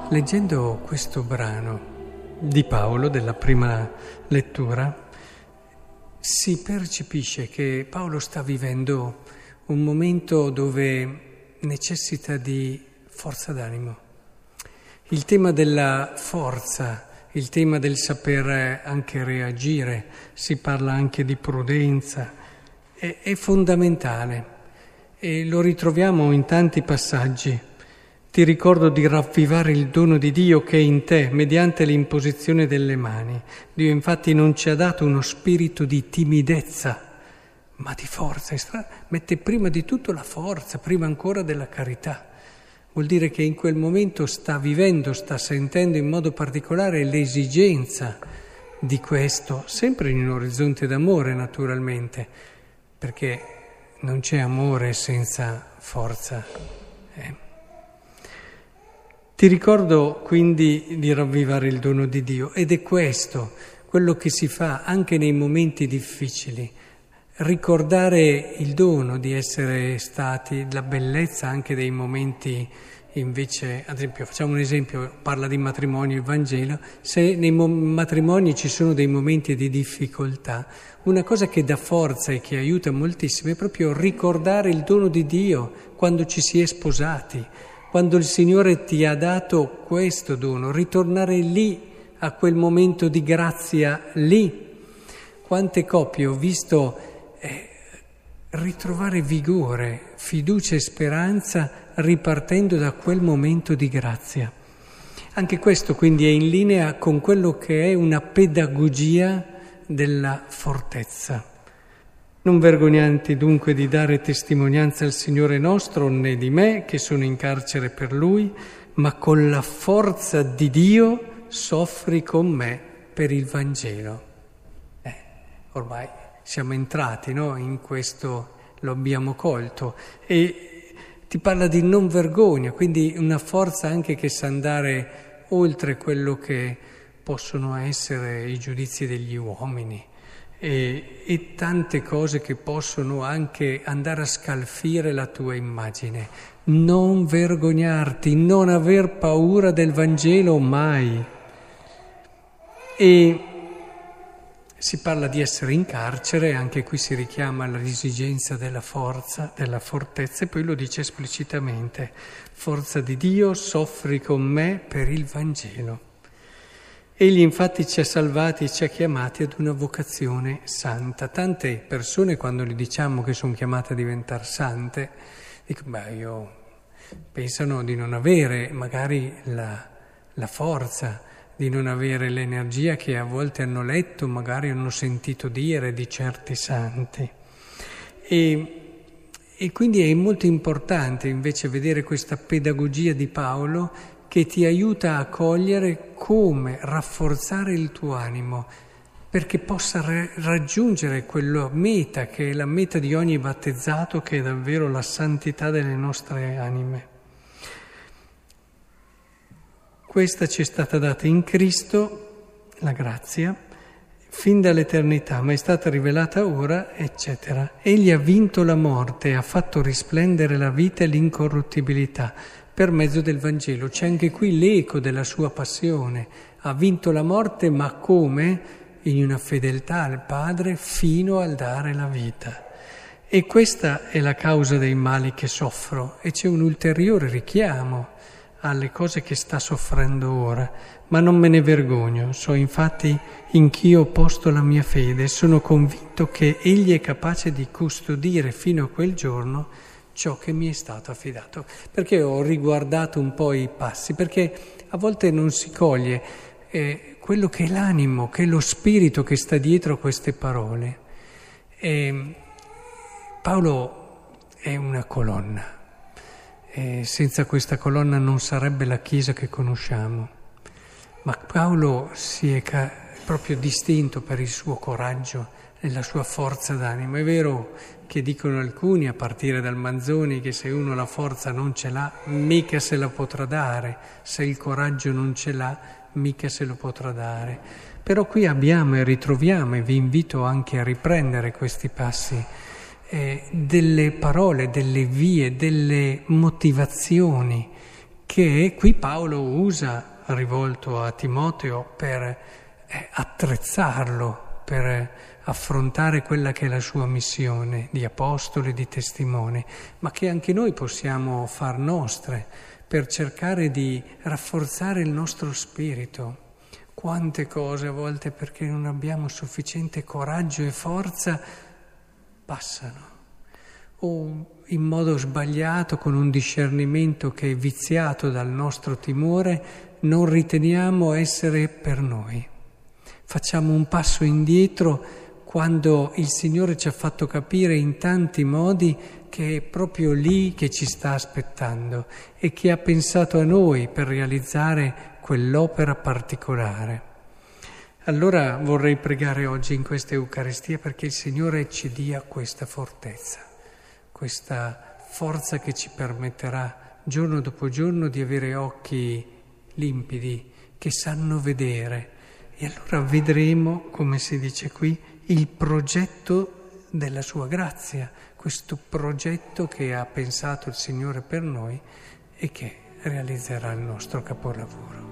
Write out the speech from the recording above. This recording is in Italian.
Leggendo questo brano di Paolo, della prima lettura, si percepisce che Paolo sta vivendo un momento dove necessita di forza d'animo. Il tema della forza, il tema del saper anche reagire, si parla anche di prudenza, è fondamentale e lo ritroviamo in tanti passaggi. Ti ricordo di ravvivare il dono di Dio che è in te mediante l'imposizione delle mani. Dio infatti non ci ha dato uno spirito di timidezza, ma di forza. Mette prima di tutto la forza, prima ancora della carità. Vuol dire che in quel momento sta vivendo, sta sentendo in modo particolare l'esigenza di questo, sempre in un orizzonte d'amore naturalmente, perché non c'è amore senza forza. Ti ricordo quindi di ravvivare il dono di Dio ed è questo quello che si fa anche nei momenti difficili, ricordare il dono di essere stati, la bellezza anche dei momenti invece, ad esempio facciamo un esempio, parla di matrimonio il Vangelo, se nei matrimoni ci sono dei momenti di difficoltà, una cosa che dà forza e che aiuta moltissimo è proprio ricordare il dono di Dio quando ci si è sposati. Quando il Signore ti ha dato questo dono, ritornare lì, a quel momento di grazia lì. Quante coppie ho visto ritrovare vigore, fiducia e speranza ripartendo da quel momento di grazia. Anche questo quindi è in linea con quello che è una pedagogia della fortezza. Non vergognanti dunque di dare testimonianza al Signore nostro, né di me, che sono in carcere per Lui, ma con la forza di Dio soffri con me per il Vangelo. Ormai siamo entrati, no? In questo lo abbiamo colto. E ti parla di non vergogna, quindi una forza anche che sa andare oltre quello che possono essere i giudizi degli uomini. E tante cose che possono anche andare a scalfire la tua immagine. Non vergognarti, non aver paura del Vangelo mai. E si parla di essere in carcere, anche qui si richiama all'esigenza della forza, della fortezza, e poi lo dice esplicitamente: forza di Dio, soffri con me per il Vangelo. Egli infatti ci ha salvati e ci ha chiamati ad una vocazione santa. Tante persone quando gli diciamo che sono chiamate a diventare sante, dicono, pensano di non avere magari la forza, di non avere l'energia che a volte hanno letto, magari hanno sentito dire di certi santi. E quindi è molto importante invece vedere questa pedagogia di Paolo che ti aiuta a cogliere come rafforzare il tuo animo perché possa raggiungere quella meta che è la meta di ogni battezzato, che è davvero la santità delle nostre anime. Questa ci è stata data in Cristo, la grazia, fin dall'eternità, ma è stata rivelata ora, eccetera. Egli ha vinto la morte, ha fatto risplendere la vita e l'incorruttibilità per mezzo del Vangelo. C'è anche qui l'eco della sua passione. Ha vinto la morte, ma come? In una fedeltà al Padre fino al dare la vita. E questa è la causa dei mali che soffro. E c'è un ulteriore richiamo alle cose che sta soffrendo ora. Ma non me ne vergogno. So infatti in chi ho posto la mia fede. Sono convinto che Egli è capace di custodire fino a quel giorno ciò che mi è stato affidato. Perché ho riguardato un po' i passi? Perché a volte non si coglie quello che è l'animo, che è lo spirito che sta dietro queste parole. Paolo è una colonna. Senza questa colonna non sarebbe la Chiesa che conosciamo. Ma Paolo si è proprio distinto per il suo coraggio e la sua forza d'animo. È vero che dicono alcuni, a partire dal Manzoni, che se uno la forza non ce l'ha, mica se la potrà dare, se il coraggio non ce l'ha, mica se lo potrà dare. Però qui abbiamo e ritroviamo, e vi invito anche a riprendere questi passi, delle parole, delle vie, delle motivazioni che qui Paolo usa, rivolto a Timoteo, per attrezzarlo, per affrontare quella che è la sua missione di apostolo e di testimone, ma che anche noi possiamo far nostre per cercare di rafforzare il nostro spirito. Quante cose a volte, perché non abbiamo sufficiente coraggio e forza, passano, o in modo sbagliato, con un discernimento che è viziato dal nostro timore, non riteniamo essere per noi. Facciamo un passo indietro quando il Signore ci ha fatto capire in tanti modi che è proprio lì che ci sta aspettando e che ha pensato a noi per realizzare quell'opera particolare. Allora vorrei pregare oggi in questa Eucaristia perché il Signore ci dia questa fortezza, questa forza che ci permetterà giorno dopo giorno di avere occhi limpidi, che sanno vedere. E allora vedremo, come si dice qui, il progetto della sua grazia, questo progetto che ha pensato il Signore per noi e che realizzerà il nostro capolavoro.